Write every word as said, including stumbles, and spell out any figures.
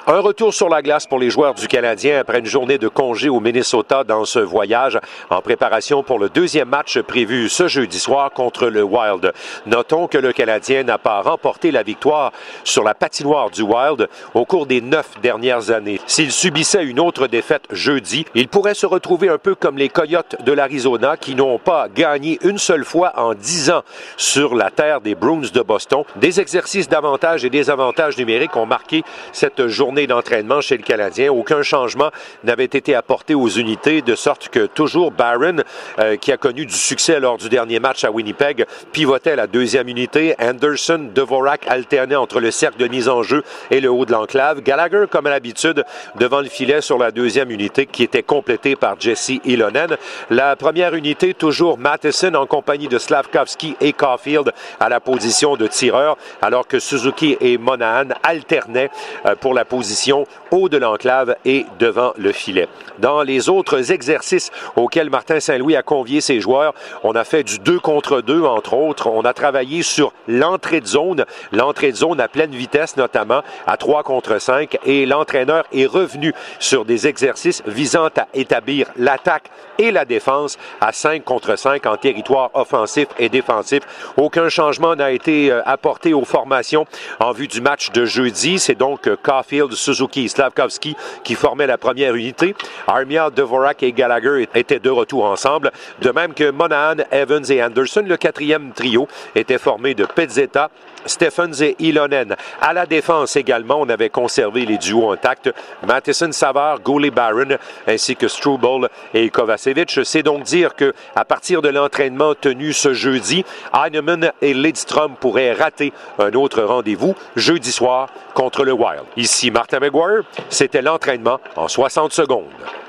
Un retour sur la glace pour les joueurs du Canadien après une journée de congé au Minnesota dans ce voyage en préparation pour le deuxième match prévu ce jeudi soir contre le Wild. Notons que le Canadien n'a pas remporté la victoire sur la patinoire du Wild au cours des neuf dernières années. S'il subissait une autre défaite jeudi, il pourrait se retrouver un peu comme les Coyotes de l'Arizona qui n'ont pas gagné une seule fois en dix ans sur la terre des Bruins de Boston. Des exercices d'avantages et des avantages numériques ont marqué cette journée d'entraînement chez le Canadien. Aucun changement n'avait été apporté aux unités, de sorte que toujours Barron, euh, qui a connu du succès lors du dernier match à Winnipeg, pivotait la deuxième unité. Anderson, Dvorak alternaient entre le cercle de mise en jeu et le haut de l'enclave. Gallagher, comme à l'habitude, devant le filet sur la deuxième unité, qui était complétée par Jesse Ilonen. La première unité, toujours Matheson en compagnie de Slavkovski et Caulfield à la position de tireur, alors que Suzuki et Monahan alternaient euh, pour la position position haut de l'enclave et devant le filet. Dans les autres exercices auxquels Martin Saint-Louis a convié ses joueurs, on a fait du deux contre deux, entre autres. On a travaillé sur l'entrée de zone, l'entrée de zone à pleine vitesse notamment, à trois contre cinq, et l'entraîneur est revenu sur des exercices visant à établir l'attaque et la défense à cinq contre cinq en territoire offensif et défensif. Aucun changement n'a été apporté aux formations en vue du match de jeudi. C'est donc Caulfield, Suzuki et Slavkovski qui formaient la première unité. Armia, Dvorak et Gallagher étaient de retour ensemble, de même que Monahan, Evans et Anderson. Le quatrième trio était formé de Pezzetta, Stephens et Ilonen. À la défense également, on avait conservé les duos intacts, Matheson, Savard, Goulet-Barron, ainsi que Struble et Kovacevic. C'est donc dire que à partir de l'entraînement tenu ce jeudi, Heinemann et Lidstrom pourraient rater un autre rendez-vous jeudi soir contre le Wild. Ici Martin McGuire, c'était l'entraînement en soixante secondes.